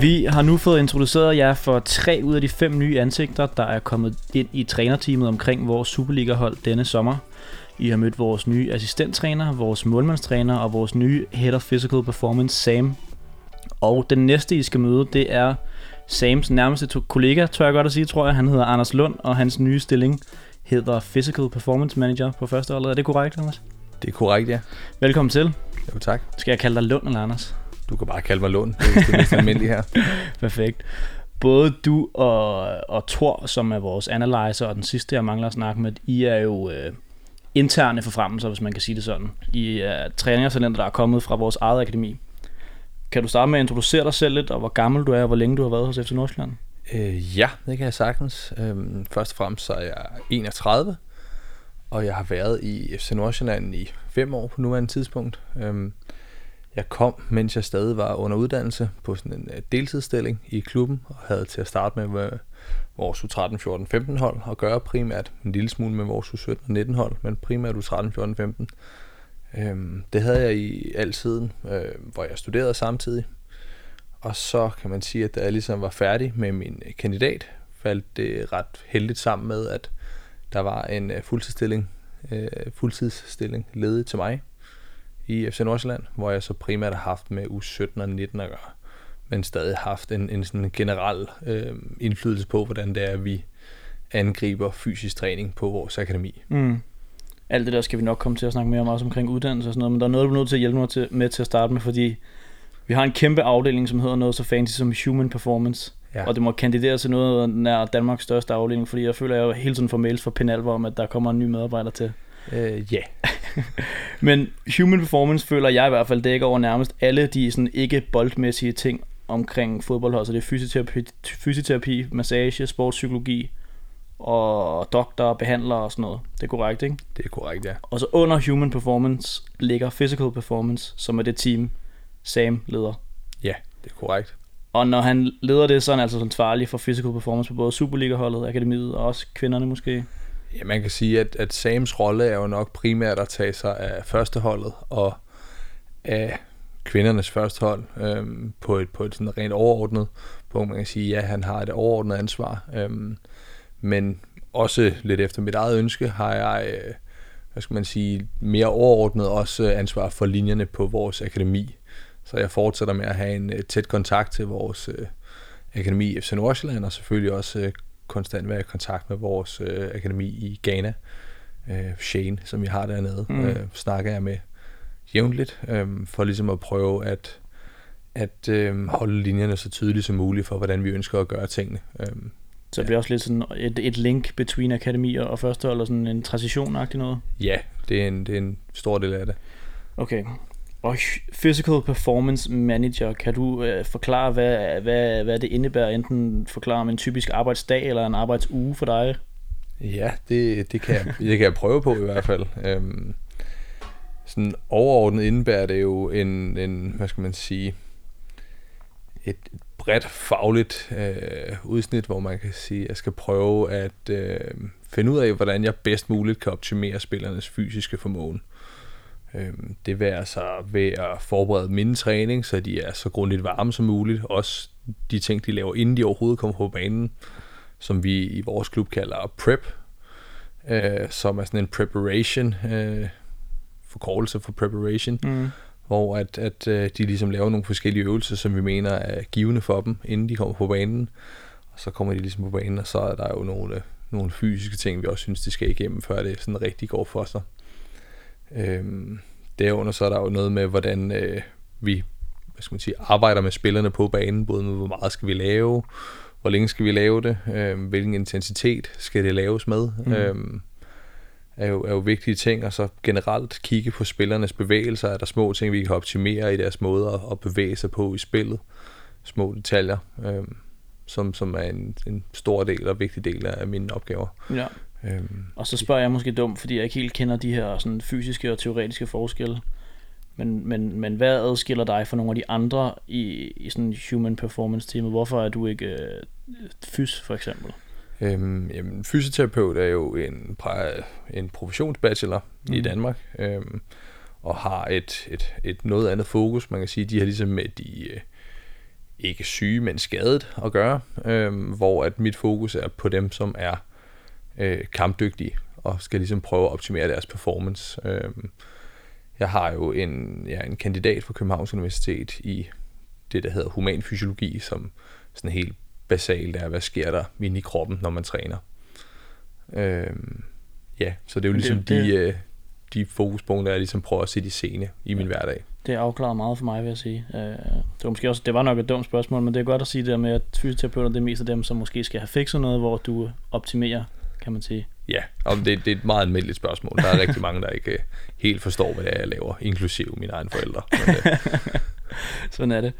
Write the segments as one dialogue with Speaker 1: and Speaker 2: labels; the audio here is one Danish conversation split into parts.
Speaker 1: Vi har nu fået introduceret jer for 3 ud af de 5 nye ansigter, der er kommet ind i trænerteamet omkring vores Superliga-hold denne sommer. I har mødt vores nye assistenttræner, vores målmandstræner og vores nye Head of Physical Performance, Sam. Og den næste, I skal møde, det er Sams nærmeste kollega, tør jeg godt at sige, tror jeg. Han hedder Anders Lund, og hans nye stilling hedder Physical Performance Manager på førsteholdet. Er det korrekt, Anders?
Speaker 2: Det er korrekt, ja.
Speaker 1: Velkommen til.
Speaker 2: Jo, tak.
Speaker 1: Skal jeg kalde dig Lund eller Anders?
Speaker 2: Du kan bare kalde mig Lund. Det er mest almindeligt her.
Speaker 1: Perfekt. Både du og Thor, som er vores analyzer, og den sidste, jeg mangler at snakke med, I er jo interne forfremmelser, hvis man kan sige det sådan. I er træningstalenter, der er kommet fra vores eget akademi. Kan du starte med at introducere dig selv lidt, og hvor gammel du er, og hvor længe du har været hos FC Nordsjælland?
Speaker 2: Ja, det kan jeg sagtens. Først og fremmest så er jeg 31, og jeg har været i FC Nordsjælland i 5 år på nuværende tidspunkt. Jeg kom, mens jeg stadig var under uddannelse, på sådan en deltidsstilling i klubben, og havde til at starte med vores U13, 14, 15 hold, og gøre primært en lille smule med vores U17 og 19 hold, men primært U13, 14, 15. Det havde jeg i altid, hvor jeg studerede samtidig. Og så kan man sige, at da jeg ligesom var færdig med min kandidat, faldt det ret heldigt sammen med, at der var en fuldtidsstilling ledig til mig i FC Nordsjælland, hvor jeg så primært har haft med U17 og 19 at gøre, men stadig haft en sådan generel indflydelse på, hvordan det er, at vi angriber fysisk træning på vores akademi.
Speaker 1: Alt det der skal vi nok komme til at snakke mere om, også omkring uddannelse og sådan noget, men der er noget, du er nødt til at hjælpe mig med til at starte med, fordi vi har en kæmpe afdeling, som hedder noget så fancy som Human Performance, ja. Og det må kandidere til noget nær Danmarks største afdeling, fordi jeg føler, at jeg jo hele tiden får mails fra Penalver om, at der kommer en ny medarbejder til.
Speaker 2: Ja.
Speaker 1: Men Human Performance føler jeg i hvert fald dækker over nærmest alle de sådan ikke boldmæssige ting omkring fodboldhold, så det er fysioterapi, massage, sportspsykologi og doktor, behandler og sådan noget. Det er korrekt, ikke?
Speaker 2: Det er korrekt, ja.
Speaker 1: Og så under Human Performance ligger Physical Performance, som er det team, Sam leder.
Speaker 2: Ja, det er korrekt.
Speaker 1: Og når han leder det, så er han altså ansvarlig for Physical Performance på både Superliga-holdet, akademiet og også kvinderne måske.
Speaker 2: Ja, man kan sige, at Sams rolle er jo nok primært at tage sig af førsteholdet og af kvindernes førstehold på et sådan rent overordnet punkt. Man kan sige, ja, han har et overordnet ansvar, men også lidt efter mit eget ønske har jeg, mere overordnet også ansvar for linjerne på vores akademi. Så jeg fortsætter med at have en tæt kontakt til vores akademi i FC Nordsjælland, og selvfølgelig også konstant være i kontakt med vores akademi i Ghana, Shane, som vi har dernede, snakker jeg med jævnligt, for ligesom at prøve at holde linjerne så tydeligt som muligt for, hvordan vi ønsker at gøre tingene.
Speaker 1: Så det bliver også lidt sådan et link between akademi og førstehold, og sådan en transition-agtig noget?
Speaker 2: Ja, det er en stor del af det.
Speaker 1: Okay. Og Physical Performance Manager, kan du forklare, hvad det indebærer? Enten forklare om en typisk arbejdsdag eller en arbejdsuge for dig?
Speaker 2: Ja, det kan jeg prøve på i hvert fald. Sådan overordnet indebærer det jo en hvad skal man sige, et bredt fagligt udsnit, hvor man kan sige, at jeg skal prøve at finde ud af, hvordan jeg bedst muligt kan optimere spillernes fysiske formåen. Det vil altså ved at forberede min træning, så de er så grundigt varme som muligt. Også de ting, de laver, inden de overhovedet kommer på banen, som vi i vores klub kalder prep, som er sådan en preparation, forkortelse for preparation, hvor at de ligesom laver nogle forskellige øvelser, som vi mener er givende for dem, inden de kommer på banen. Og så kommer de ligesom på banen, og så er der jo nogle fysiske ting, vi også synes, de skal igennem, før det sådan rigtig går for sig. Derunder så er der jo noget med, hvordan vi arbejder med spillerne på banen, både med, hvor meget skal vi lave, hvor længe skal vi lave det, hvilken intensitet skal det laves med, er jo vigtige ting, og så generelt kigge på spillernes bevægelser. Er der små ting, vi kan optimere i deres måder at bevæge sig på i spillet, små detaljer, som er en stor del og vigtig del af mine opgaver. Ja.
Speaker 1: Og så spørger jeg måske dumt, fordi jeg ikke helt kender de her sådan fysiske og teoretiske forskelle. Men hvad adskiller dig fra nogle af de andre i sådan Human Performance teamet? Hvorfor er du ikke fys for eksempel?
Speaker 2: Jamen, fysioterapeut er jo en professionsbachelor i Danmark, og har et noget andet fokus. Man kan sige, de har ligesom med ikke syge, men skadet at gøre, hvor at mit fokus er på dem, som er kampdygtige, og skal ligesom prøve at optimere deres performance. Jeg har jo en kandidat fra Københavns Universitet i det, der hedder human fysiologi, som sådan helt basalt er, hvad sker der inde i kroppen, når man træner. Så det er jo ligesom de fokuspunkter, jeg ligesom prøver at sætte i scene i min hverdag.
Speaker 1: Det er afklaret meget for mig, vil jeg sige. Det var nok et dumt spørgsmål, men det er godt at sige det med, at fysioterapeuter det er mest af dem, som måske skal have fikset noget, hvor du optimerer, kan man sige.
Speaker 2: Ja, og det er et meget almindeligt spørgsmål. Der er rigtig mange, der ikke helt forstår, hvad det er, jeg laver, inklusive mine egne forældre.
Speaker 1: Sådan er det.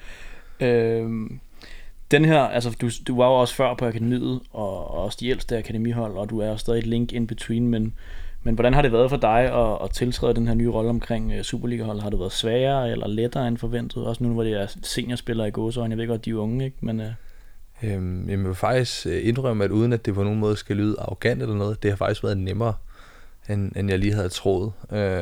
Speaker 1: Den her, altså du var jo også før på akademiet, og også de ældste akademihold, og du er stadig et link in between, men hvordan har det været for dig at tiltræde den her nye rolle omkring Superliga-hold? Har det været sværere eller lettere end forventet? Også nu, hvor det er seniorspillere i gåseøjne. Jeg ved godt, de er unge, ikke? Men,
Speaker 2: jeg vil faktisk indrømme, at uden at det på nogen måde skal lyde arrogant eller noget, det har faktisk været nemmere, end jeg lige havde troet.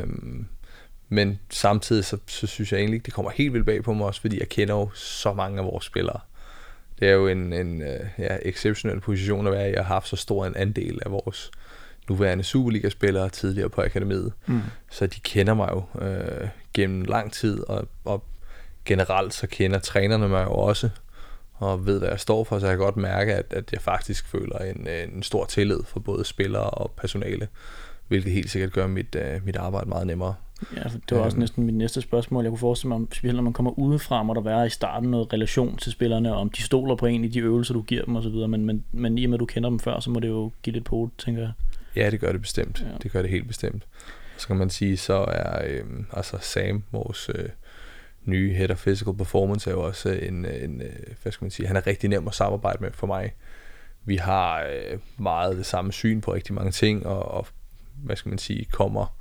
Speaker 2: Men samtidig så synes jeg egentlig ikke, det kommer helt vildt bag på mig også, fordi jeg kender jo så mange af vores spillere. Det er jo en exceptionel position at være i, at have haft så stor en andel af vores nuværende Superliga-spillere tidligere på akademiet. Så de kender mig jo gennem lang tid, og generelt så kender trænerne mig jo også, og ved, hvad jeg står for, så jeg kan godt mærke, at jeg faktisk føler en stor tillid for både spillere og personale, hvilket helt sikkert gør mit arbejde meget nemmere.
Speaker 1: Ja, det var også næsten mit næste spørgsmål. Jeg kunne forestille mig, specielt når man kommer udefra, må der være i starten noget relation til spillerne, om de stoler på en i de øvelser, du giver dem osv., men i og med, at du kender dem før, så må det jo give lidt på, tænker jeg.
Speaker 2: Ja, det gør det bestemt. Ja. Det gør det helt bestemt. Så kan man sige, så er Sam, vores nye Head of Physical Performance, er jo også hvad skal man sige, han er rigtig nem at samarbejde med for mig. Vi har meget det samme syn på rigtig mange ting, og hvad skal man sige, kommer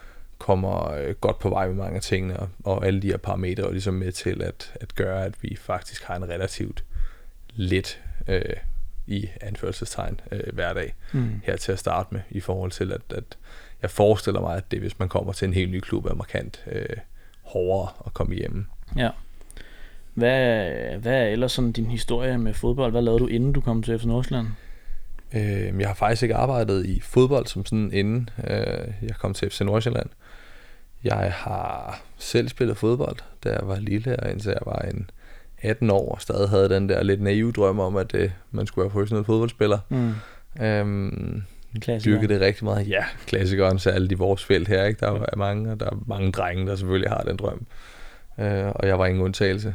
Speaker 2: godt på vej med mange af tingene, og alle de her parametre er ligesom med til at gøre, at vi faktisk har en relativt let i anførselstegn hverdag her til at starte med, i forhold til at jeg forestiller mig, at det, hvis man kommer til en helt ny klub, er markant hårdere at komme hjem.
Speaker 1: Ja. Hvad er ellers sådan din historie med fodbold? Hvad lavede du, inden du kom til FC Nordsjælland?
Speaker 2: Jeg har faktisk ikke arbejdet i fodbold som sådan inden jeg kom til FC Nordsjælland. Jeg har selv spillet fodbold, da jeg var lille, og indtil jeg var 18 år, og stadig havde den der lidt naive drøm om, at man skulle være professionel fodboldspiller. Dyrkede det rigtig meget. Ja, klassikeren, så alle i vores felt her, ikke? Der er mange, og der er mange drenge, der selvfølgelig har den drøm. Og jeg var ingen undtagelse.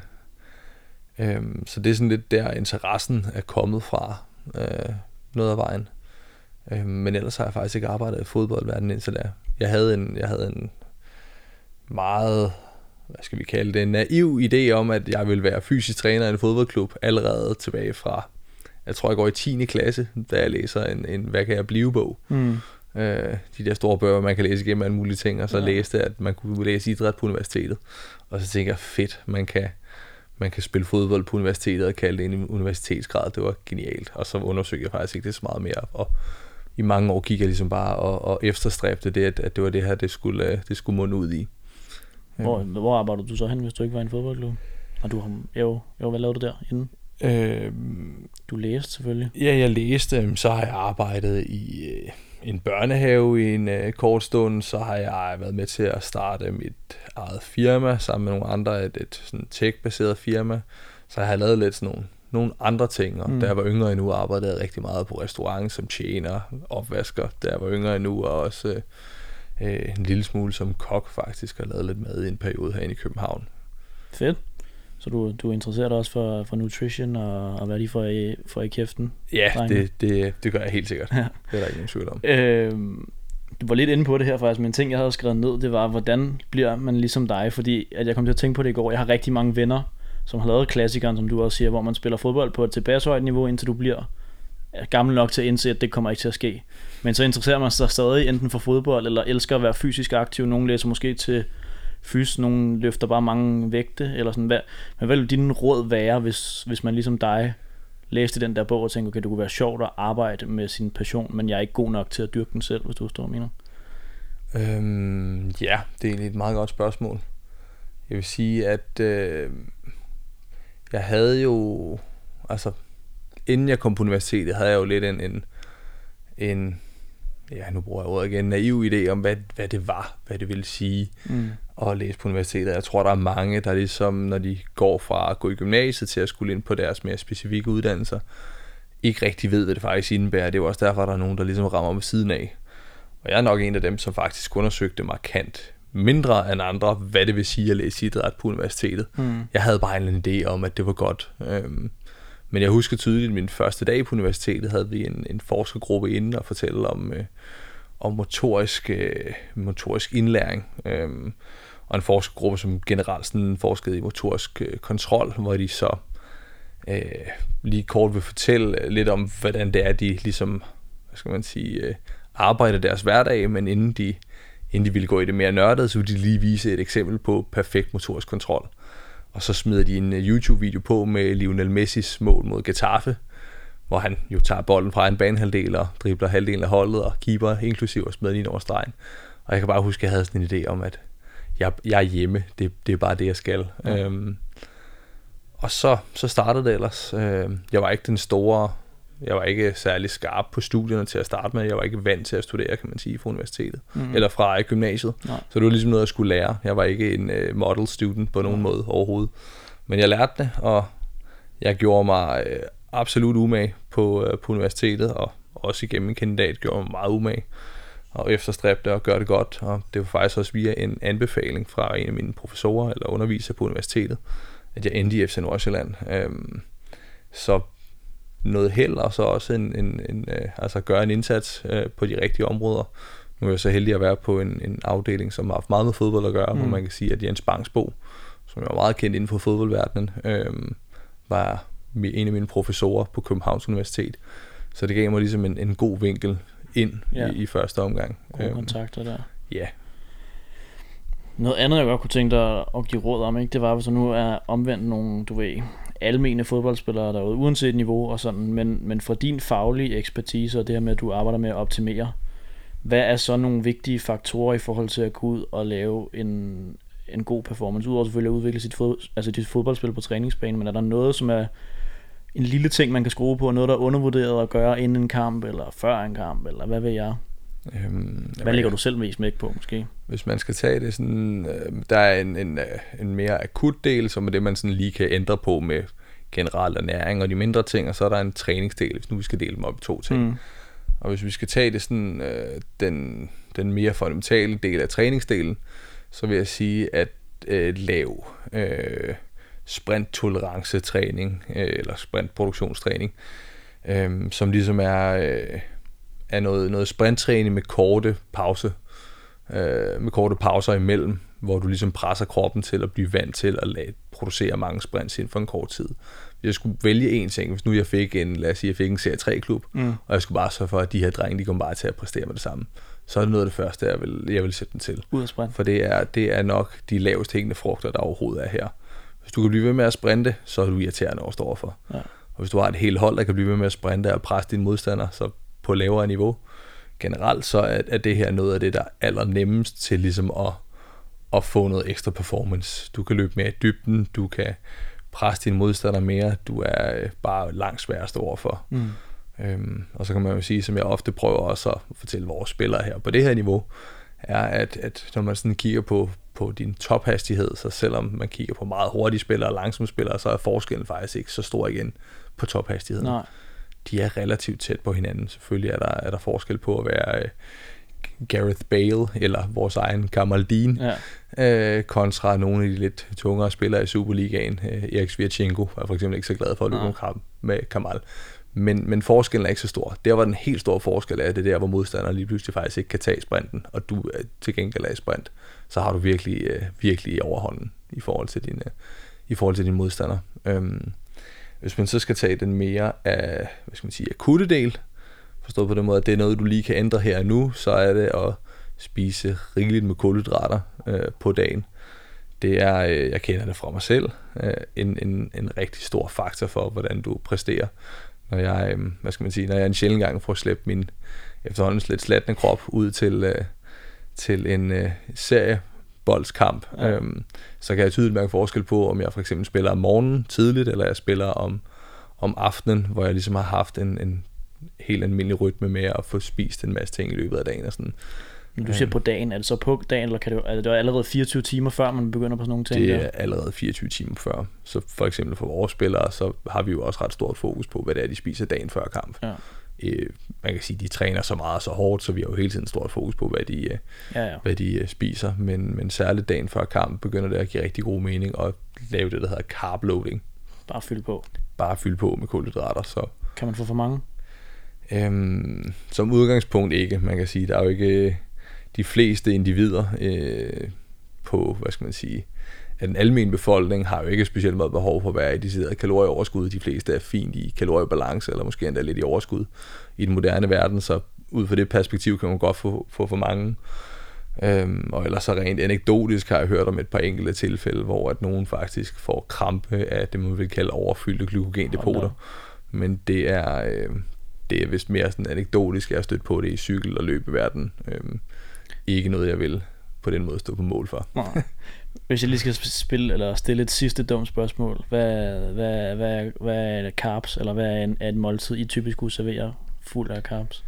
Speaker 2: Så det er sådan lidt der, interessen er kommet fra noget af vejen. Men ellers har jeg faktisk ikke arbejdet i fodboldverdenen indtil da. Jeg havde en meget, hvad skal vi kalde det, en naiv idé om, at jeg ville være fysisk træner i en fodboldklub allerede tilbage fra, jeg tror jeg går i 10. klasse, da jeg læser en hvad kan jeg blive bog. De der store bøger, man kan læse igennem alle mulige ting, og så læste jeg, at man kunne læse idræt på universitetet. Og så tænker jeg, fedt, man kan spille fodbold på universitetet og kalde det en universitetsgrad. Det var genialt. Og så undersøgte jeg faktisk ikke det så meget mere. Og i mange år gik jeg ligesom bare og efterstræbte det, at det var det her, det skulle munde ud i.
Speaker 1: Hvor arbejdede du så hen, hvis du ikke var i en fodboldklub? Og du har hvad lavede du der inden? Du læste selvfølgelig.
Speaker 2: Ja, jeg læste. Så har jeg arbejdet i en børnehave i en kort stund. Så har jeg været med til at starte mit eget firma sammen med nogle andre, et sådan tech-baseret firma. Så har jeg lavet lidt sådan nogle andre ting. Og da jeg var yngre endnu, arbejdede jeg rigtig meget på restaurant som tjener, opvasker. Da jeg var yngre endnu, og også en lille smule som kok faktisk, og lavet lidt mad i en periode herinde i København.
Speaker 1: Fedt. Så du interesserer dig også for nutrition og hvad de får i kæften?
Speaker 2: Ja, det gør jeg helt sikkert. Ja. Det er der ikke nogen tvivl om.
Speaker 1: Du var lidt inde på det her faktisk, men en ting jeg havde skrevet ned, det var, hvordan bliver man ligesom dig? Fordi at jeg kom til at tænke på det i går. Jeg har rigtig mange venner, som har lavet klassikeren, som du også siger, hvor man spiller fodbold på et tilpas højt niveau, indtil du bliver gammel nok til at indse, at det kommer ikke til at ske. Men så interesserer man sig stadig enten for fodbold, eller elsker at være fysisk aktiv. Nogle læser måske til fys, nogle løfter bare mange vægte, eller sådan. Men hvad vil din råd være, hvis man ligesom dig læste den der bog og tænkte, okay, det kunne være sjovt at arbejde med sin passion, men jeg er ikke god nok til at dyrke den selv, hvis du forstår, mener?
Speaker 2: Ja, det er egentlig et meget godt spørgsmål. Jeg vil sige, at jeg havde jo, altså inden jeg kom på universitetet, havde jeg jo lidt en ja, nu bruger jeg ordet igen, naiv idé om, hvad det var, hvad det ville sige at læse på universitetet. Jeg tror, der er mange, der ligesom, når de går fra at gå i gymnasiet til at skulle ind på deres mere specifikke uddannelser, ikke rigtig ved, hvad det faktisk indebærer. Det er jo også derfor, der er nogen, der ligesom rammer ved siden af. Og jeg er nok en af dem, som faktisk undersøgte markant mindre end andre, hvad det vil sige at læse idræt på universitetet. Jeg havde bare en idé om, at det var godt. Men jeg husker tydeligt, min første dag på universitetet havde vi en forskergruppe inde og fortælle om motorisk indlæring. Og en forskergruppe, som generelt sådan forskede i motorisk kontrol, hvor de så lige kort vil fortælle lidt om, hvordan det er, de ligesom, hvad skal man sige, arbejder deres hverdag, men inden de ville gå i det mere nørdede, så ville de lige vise et eksempel på perfekt motorisk kontrol. Og så smider de en YouTube-video på med Lionel Messis mål mod Getafe, hvor han jo tager bolden fra en banehalvdel og dribler halvdelen af holdet og keeper inklusiv og smider den ind over stregen. Og jeg kan bare huske, at jeg havde sådan en idé om, at jeg er hjemme. Det er bare det, jeg skal. Ja. Og så startede det ellers. Jeg var ikke den store... Jeg var ikke særlig skarp på studierne til at starte med. Jeg var ikke vant til at studere, kan man sige, fra universitetet. Eller fra gymnasiet. Nej. Så det var ligesom noget, jeg skulle lære. Jeg var ikke en model student på nogen måde overhovedet. Men jeg lærte det, og jeg gjorde mig absolut umage på universitetet, og også igennem en kandidat gjorde mig meget umage. Og efterstræbte og gøre det godt. Og det var faktisk også via en anbefaling fra en af mine professorer eller undervisere på universitetet, at jeg endte i FC Nordsjælland. Så noget held, og så også altså gøre en indsats på de rigtige områder. Nu er jeg så heldig at være på en afdeling, som har haft meget med fodbold at gøre, hvor man kan sige, at Jens Bangsbo, som jeg var meget kendt inden for fodboldverdenen, var en af mine professorer på Københavns Universitet. Så det gav mig ligesom en god vinkel ind i første omgang.
Speaker 1: Gode kontakter der.
Speaker 2: Ja.
Speaker 1: Noget andet, jeg godt kunne tænke dig at give råd om, ikke? Det var, hvis der nu er omvendt nogle, du ved, almene fodboldspillere derude, uanset niveau og sådan, men fra din faglige ekspertise og det her med, at du arbejder med at optimere, hvad er så nogle vigtige faktorer i forhold til at gå ud og lave en god performance, udover selvfølgelig at udvikle dit fodboldspil på træningsbanen, men er der noget, som er en lille ting, man kan skrue på, noget, der er undervurderet at gøre inden en kamp, eller før en kamp, eller hvad ved jeg? Hvad lægger du selv mest vægt på, måske?
Speaker 2: Hvis man skal tage det sådan, der er en mere akut del, som er det, man sådan lige kan ændre på med generel ernæring og de mindre ting, og så er der en træningsdel, hvis nu vi skal dele dem op i to ting. Og hvis vi skal tage det sådan, den mere fundamentale del af træningsdelen, så vil jeg sige, at lav sprinttolerance-træning, eller sprintproduktionstræning, som ligesom er noget sprinttræning med korte pauser imellem, hvor du ligesom presser kroppen til at blive vant til at producere mange sprints inden for en kort tid. Hvis jeg skulle vælge én ting, hvis nu jeg fik en Serie 3-klub, og jeg skulle bare sørge for, at de her drenge, de kommer bare til at præstere med det samme, så er det noget af det første, jeg vil sætte den til.
Speaker 1: Ud af sprint.
Speaker 2: For det er nok de lavest hængende frugter, der overhovedet er her. Hvis du kan blive ved med at sprinte, så er du irriterende at stå overfor. Ja. Og hvis du har et helt hold, der kan blive ved med at sprinte og presse dine modstandere, så på lavere niveau generelt, så er det her noget af det, der er allernemmest til ligesom at få noget ekstra performance. Du kan løbe mere i dybden, du kan presse dine modstandere mere, du er bare langt sværest overfor. Og så kan man jo sige, som jeg ofte prøver også at fortælle vores spillere her på det her niveau, er, at når man sådan kigger på din tophastighed, så selvom man kigger på meget hurtige spillere og langsomme spillere, så er forskellen faktisk ikke så stor igen på tophastigheden. Nej. De er relativt tæt på hinanden. Selvfølgelig er der forskel på at være Gareth Bale eller vores egen Kamaldin, kontra nogle af de lidt tungere spillere i Superligaen. Erik Svirchenko er for eksempel ikke så glad for at løbe med Kamal. Men forskellen er ikke så stor. Der var den helt store forskel af det der, hvor modstanderen lige pludselig faktisk ikke kan tage sprinten, og du til gengæld er i sprint, så har du virkelig overhånden i forhold til dine modstander. Hvis man så skal tage den mere af, hvad skal man sige, akutte del, forstået på den måde, at det er noget, du lige kan ændre her og nu, så er det at spise rigeligt med kulhydrater på dagen. Det er, jeg kender det fra mig selv, en rigtig stor faktor for, hvordan du præsterer. Når jeg, når jeg en sjældent gang får slæbt min efterhånden lidt slatne krop ud til en serie fodboldskamp.
Speaker 1: Ja.
Speaker 2: Så kan jeg tydeligt mærke forskel på, om jeg for eksempel spiller om morgenen tidligt, eller jeg spiller om aftenen, hvor jeg ligesom har haft en helt almindelig rytme med at få spist en masse ting i løbet af dagen og sådan.
Speaker 1: Når du siger på dagen, er det så på dagen, eller er det allerede 24 timer før, man begynder på sådan nogle ting?
Speaker 2: Det er allerede 24 timer før. Så for eksempel for vores spillere, så har vi jo også ret stort fokus på, hvad det er, de spiser dagen før kamp. Ja. Man kan sige, de træner så meget så hårdt, så vi har jo hele tiden stort fokus på, hvad de spiser. Men særligt dagen før kamp begynder det at give rigtig god mening at lave det, der hedder carb loading. Bare fylde på med kulhydrater. Så.
Speaker 1: Kan man få for mange?
Speaker 2: Som udgangspunkt ikke. Man kan sige, der er jo ikke de fleste individer på, hvad skal man sige, at den almindelige befolkning har jo ikke specielt meget behov for at være i decideret kalorieoverskud. De fleste er fint i kaloriebalance, eller måske endda lidt i overskud i den moderne verden, så ud fra det perspektiv kan man godt få for mange. Og ellers så rent anekdotisk har jeg hørt om et par enkelte tilfælde, hvor at nogen faktisk får krampe af det, man vil kalde overfyldte glykogendepoter. Men det er vist mere sådan anekdotisk, jeg har stødt på det i cykel- og løbeverden. Ikke noget, jeg vil på den måde stå på mål for.
Speaker 1: Hvis jeg lige skal stille et sidste dumt spørgsmål. Hvad er carbs, eller hvad er et måltid, I typisk kunne servere fuld af carbs?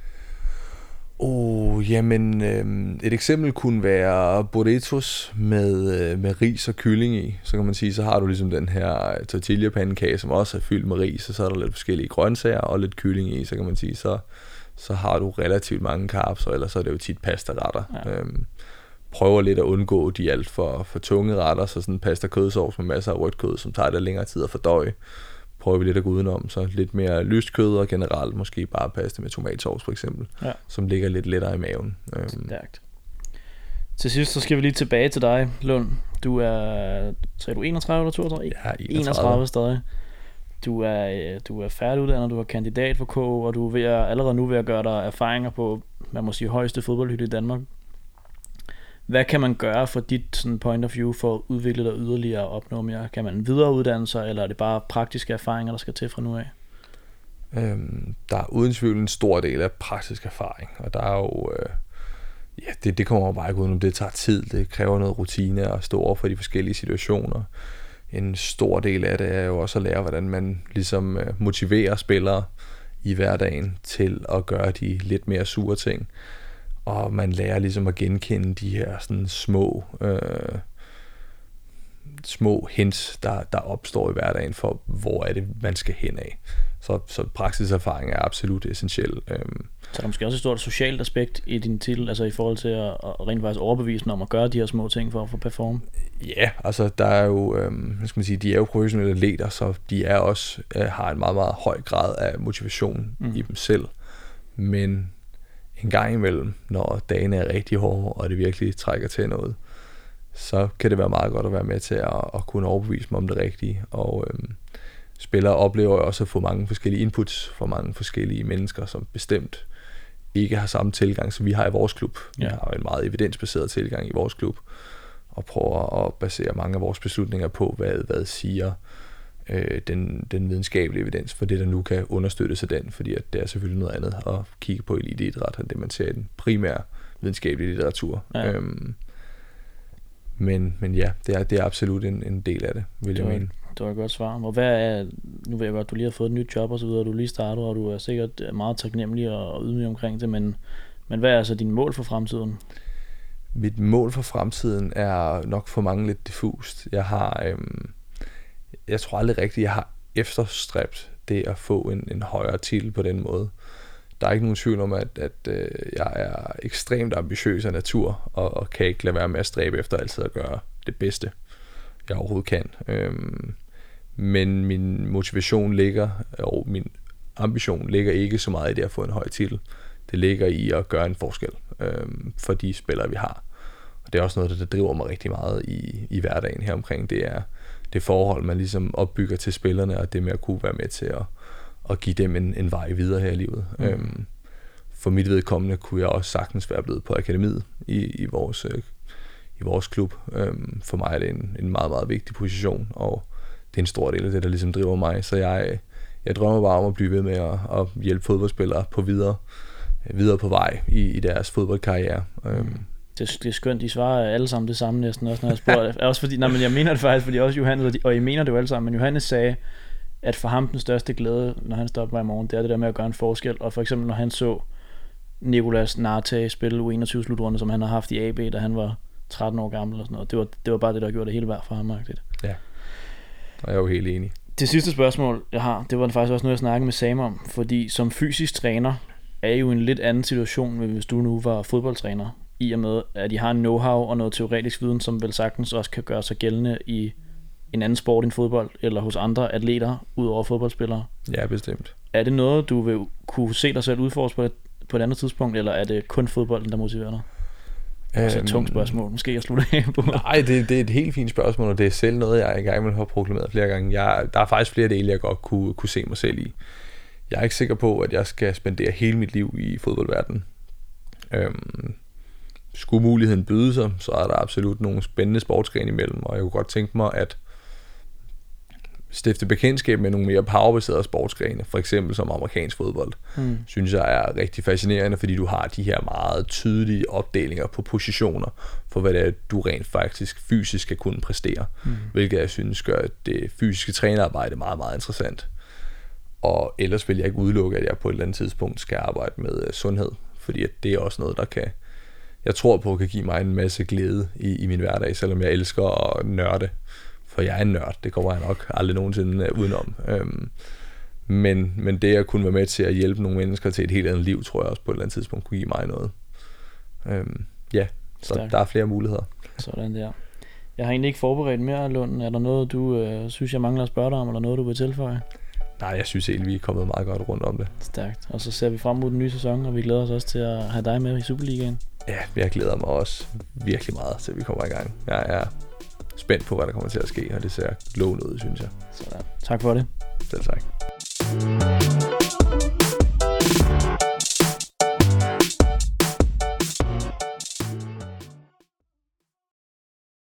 Speaker 2: Jamen, et eksempel kunne være burritos med ris og kylling i. Så kan man sige, så har du ligesom den her tortilla-pandekage, som også er fyldt med ris, og så er der lidt forskellige grøntsager og lidt kylling i. Så kan man sige, så har du relativt mange carbs, og ellers så er det jo tit pastaretter. Ja. Prøver lidt at undgå de alt for tunge retter, så sådan pasta kødsovs med masser af rødt kød, som tager det længere tid at fordøje. Prøver vi lidt at gå udenom, så lidt mere lyst kød, og generelt måske bare pasta med tomatsovs for eksempel, som ligger lidt lettere i maven.
Speaker 1: Stærkt. Til sidst så skal vi lige tilbage til dig, Lund. Du er 31 eller 32?
Speaker 2: Ja,
Speaker 1: 31 stadig. Du er færdiguddannet, du er kandidat for KO, og du er allerede nu ved at gøre dig erfaringer på, man må sige, højeste fodboldhylde i Danmark. Hvad kan man gøre fra dit sådan, point of view for at udvikle dig yderligere og opnå mere? Kan man videreuddanne sig, eller er det bare praktiske erfaringer, der skal til fra nu af?
Speaker 2: Der er uden tvivl en stor del af praktisk erfaring, og der er jo... det kommer jo bare ikke udenom. Det tager tid, det kræver noget rutine at stå over for de forskellige situationer. En stor del af det er jo også at lære, hvordan man ligesom motiverer spillere i hverdagen til at gøre de lidt mere sure ting. Og man lærer ligesom at genkende de her sådan små hints, der opstår i hverdagen for, hvor er det, man skal hen af. Så praksiserfaring er absolut essentiel.
Speaker 1: Så der er måske også et stort socialt aspekt i din titel, altså i forhold til at rent faktisk overbevise om at gøre de her små ting for at få performe?
Speaker 2: Ja, altså der er jo, hvad skal man sige, de er jo professionelle atleter, så de er også, har en meget, meget høj grad af motivation i dem selv. Men en gang imellem, når dagene er rigtig hårde, og det virkelig trækker til noget, så kan det være meget godt at være med til at kunne overbevise dem om det rigtige. Og spillere oplever også at få mange forskellige inputs fra mange forskellige mennesker, som bestemt ikke har samme tilgang, som vi har i vores klub. Vi har en meget evidensbaseret tilgang i vores klub, og prøver at basere mange af vores beslutninger på, hvad siger den videnskabelige evidens for det, der nu kan understøttes af den, fordi at det er selvfølgelig noget andet at kigge på eliteidræt, end det man ser i den primære videnskabelige litteratur. Ja. Men ja, det er absolut en del af det, vil jeg mene.
Speaker 1: Det var et godt svar. Og nu ved jeg godt, du lige har fået et nyt job og så videre, du lige starter, og du er sikkert meget taknemmelig og ydmyg omkring det, men hvad er altså dine mål for fremtiden?
Speaker 2: Mit mål for fremtiden er nok for mange lidt diffust. Jeg tror aldrig rigtigt, jeg har efterstræbt det at få en højere titel på den måde. Der er ikke nogen tvivl om, at jeg er ekstremt ambitiøs af natur, og kan ikke lade være med at stræbe efter altid at gøre det bedste, jeg overhovedet kan. Men min motivation ligger, og min ambition ligger ikke så meget i det at få en høj titel. Det ligger i at gøre en forskel for de spillere, vi har. Og det er også noget, der driver mig rigtig meget i hverdagen her omkring. Det er det forhold, man ligesom opbygger til spillerne, og det med at kunne være med til at give dem en vej videre her i livet. For mit vedkommende kunne jeg også sagtens være blevet på akademiet i vores klub. For mig er det en meget, meget vigtig position, og det er en stor del af det, der ligesom driver mig. Så jeg drømmer bare om at blive ved med at hjælpe fodboldspillere på videre på vej i deres fodboldkarriere.
Speaker 1: Det er skønt, de svarer alle sammen det samme næsten også, når jeg spurgte. Også fordi, men jeg mener det faktisk, fordi også Johannes, og I mener det jo alle sammen, men Johannes sagde, at for ham den største glæde, når han stopper i morgen, det er det der med at gøre en forskel. Og for eksempel, når han så Nicolas Nartey spille U21-slutrunde, som han har haft i AB, da han var 13 år gammel og sådan noget. Det var bare det, der gjorde det hele værd for ham.
Speaker 2: Ja, og jeg er jo helt enig.
Speaker 1: Det sidste spørgsmål, jeg har, det var faktisk også noget, jeg snakkede med Sam om, fordi som fysisk træner er I jo en lidt anden situation, end hvis du nu var fodboldtræner, i og med, at I har en know-how og noget teoretisk viden, som vel sagtens også kan gøre sig gældende i en anden sport end fodbold, eller hos andre atleter, ud over fodboldspillere.
Speaker 2: Ja, bestemt.
Speaker 1: Er det noget, du vil kunne se dig selv udfordre på et andet tidspunkt, eller er det kun fodbolden, der motiverer dig? Det er et tungt spørgsmål. Måske jeg slutter af på.
Speaker 2: Nej, det er et helt fint spørgsmål, og det er selv noget, jeg engang har proklameret flere gange. Der er faktisk flere dele, jeg godt kunne se mig selv i. Jeg er ikke sikker på, at jeg skal spendere hele mit liv i fodboldverdenen. Skulle muligheden byde sig, så er der absolut nogle spændende sportsgrene imellem, og jeg kunne godt tænke mig at stifte bekendtskab med nogle mere powerbaserede sportsgrene, for eksempel som amerikansk fodbold, synes jeg er rigtig fascinerende, fordi du har de her meget tydelige opdelinger på positioner, for hvad det er, du rent faktisk fysisk skal kunne præstere, hvilket jeg synes gør det fysiske trænerarbejde meget, meget interessant. Og ellers vil jeg ikke udelukke, at jeg på et eller andet tidspunkt skal arbejde med sundhed, fordi at det er også noget, der kan, jeg tror på, kan give mig en masse glæde i min hverdag, selvom jeg elsker at nørde. For jeg er en nørd, det kommer jeg nok aldrig nogensinde udenom. Men det at kunne være med til at hjælpe nogle mennesker til et helt andet liv, tror jeg også på et eller andet tidspunkt kunne give mig noget. Så stærk. Der er flere muligheder.
Speaker 1: Sådan der. Jeg har egentlig ikke forberedt mere, Lund. Er der noget, du synes, jeg mangler at spørge dig om, eller noget, du vil tilføje?
Speaker 2: Nej, jeg synes egentlig, vi er kommet meget godt rundt om det.
Speaker 1: Stærkt. Og så ser vi frem mod den nye sæson, og vi glæder os også til at have dig med i Superligaen.
Speaker 2: Ja, jeg glæder mig også virkelig meget til, at vi kommer i gang. Jeg er spændt på, hvad der kommer til at ske, og det ser lovende ud, synes jeg.
Speaker 1: Sådan. Tak for det.
Speaker 2: Selv tak.